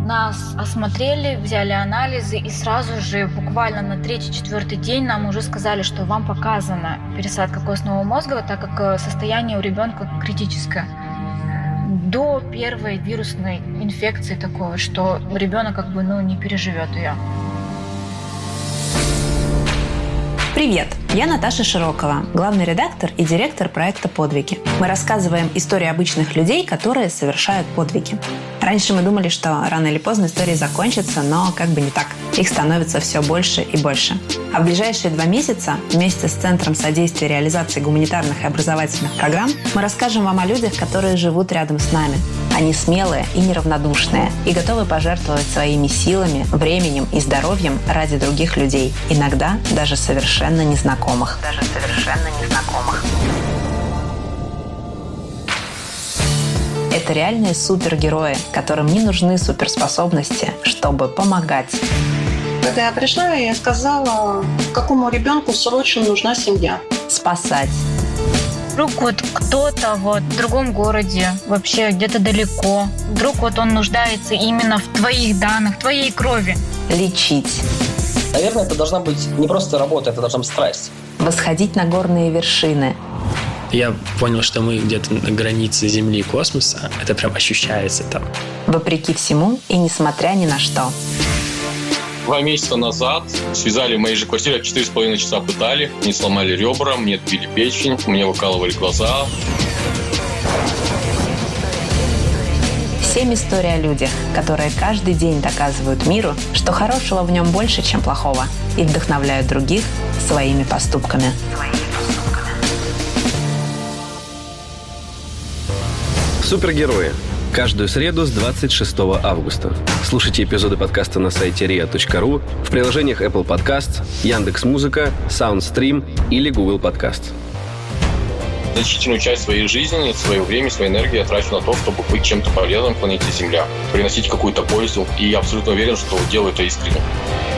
Нас осмотрели, взяли анализы, и сразу же, буквально на 3-4 день, нам уже сказали, что вам показана пересадка костного мозга, так как состояние у ребенка критическое. До первой вирусной инфекции такого, что ребенок не переживет ее. Привет! Я Наташа Широкова, главный редактор и директор проекта «Подвиги». Мы рассказываем истории обычных людей, которые совершают подвиги. Раньше мы думали, что рано или поздно истории закончатся, но не так. Их становится все больше и больше. А в ближайшие 2 месяца вместе с Центром содействия реализации гуманитарных и образовательных программ мы расскажем вам о людях, которые живут рядом с нами. Они смелые и неравнодушные, и готовы пожертвовать своими силами, временем и здоровьем ради других людей, иногда даже совершенно незнакомых. Это реальные супергерои, которым не нужны суперспособности, чтобы помогать. Когда я пришла, я сказала, какому ребенку срочно нужна семья. Спасать. Вдруг кто-то в другом городе, вообще где-то далеко. Вдруг он нуждается именно в твоих данных, твоей крови. Лечить. Наверное, это должна быть не просто работа, это должна быть страсть. Восходить на горные вершины. Я понял, что мы где-то на границе Земли и космоса. Это прям ощущается там. Вопреки всему и несмотря ни на что. 2 месяца назад связали в моей же квартире, 4,5 часа пытали, мне сломали ребра, мне отбили печень, мне выкалывали глаза. 7 историй о людях, которые каждый день доказывают миру, что хорошего в нем больше, чем плохого, и вдохновляют других своими поступками. Супергерои. Каждую среду с 26 августа. Слушайте эпизоды подкаста на сайте ria.ru, в приложениях Apple Podcasts, Яндекс.Музыка, Soundstream или Google Podcast. Значительную часть своей жизни, своего времени, своей энергии я трачу на то, чтобы быть чем-то полезным планете Земля, приносить какую-то пользу. И я абсолютно уверен, что делаю это искренне.